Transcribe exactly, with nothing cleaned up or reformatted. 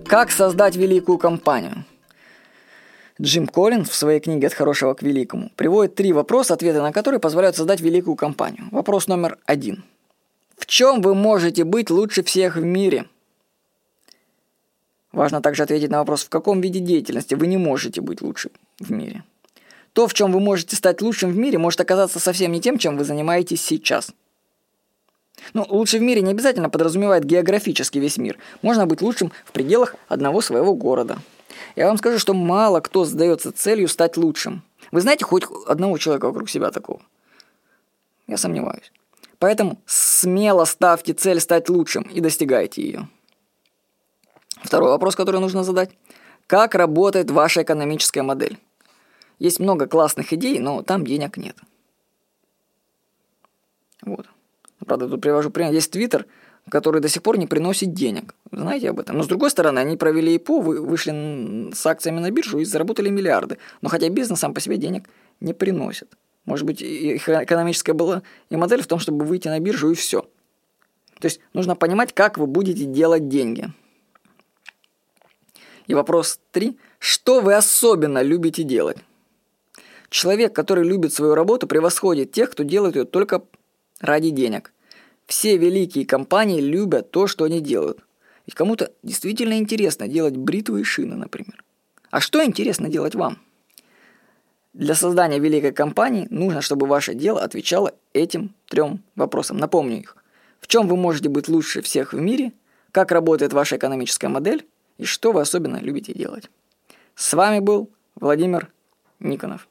Как создать великую компанию? Джим Коллинз в своей книге «От хорошего к великому» приводит три вопроса, ответы на которые позволяют создать великую компанию. Вопрос номер один. В чем вы можете быть лучше всех в мире? Важно также ответить на вопрос, в каком виде деятельности вы не можете быть лучше в мире. То, в чем вы можете стать лучшим в мире, может оказаться совсем не тем, чем вы занимаетесь сейчас. Ну, лучше в мире не обязательно подразумевает географически весь мир. Можно быть лучшим в пределах одного своего города. Я вам скажу, что мало кто задается целью стать лучшим. Вы знаете хоть одного человека вокруг себя такого? Я сомневаюсь. Поэтому смело ставьте цель стать лучшим и достигайте ее. Второй вопрос, который нужно задать. Как работает ваша экономическая модель? Есть много классных идей, но там денег нет. Вот. Правда, тут привожу пример. Есть Twitter, который до сих пор не приносит денег. Вы знаете об этом? Но с другой стороны, они провели ай пи о, вышли с акциями на биржу и заработали миллиарды. Но хотя бизнес сам по себе денег не приносит. Может быть, их экономическая была и модель в том, чтобы выйти на биржу и все. То есть нужно понимать, как вы будете делать деньги. И вопрос три. Что вы особенно любите делать? Человек, который любит свою работу, превосходит тех, кто делает ее только ради денег. Все великие компании любят то, что они делают. Ведь кому-то действительно интересно делать бритвы и шины, например. А что интересно делать вам? Для создания великой компании нужно, чтобы ваше дело отвечало этим трем вопросам. Напомню их. В чем вы можете быть лучше всех в мире? Как работает ваша экономическая модель? И что вы особенно любите делать? С вами был Владимир Никонов.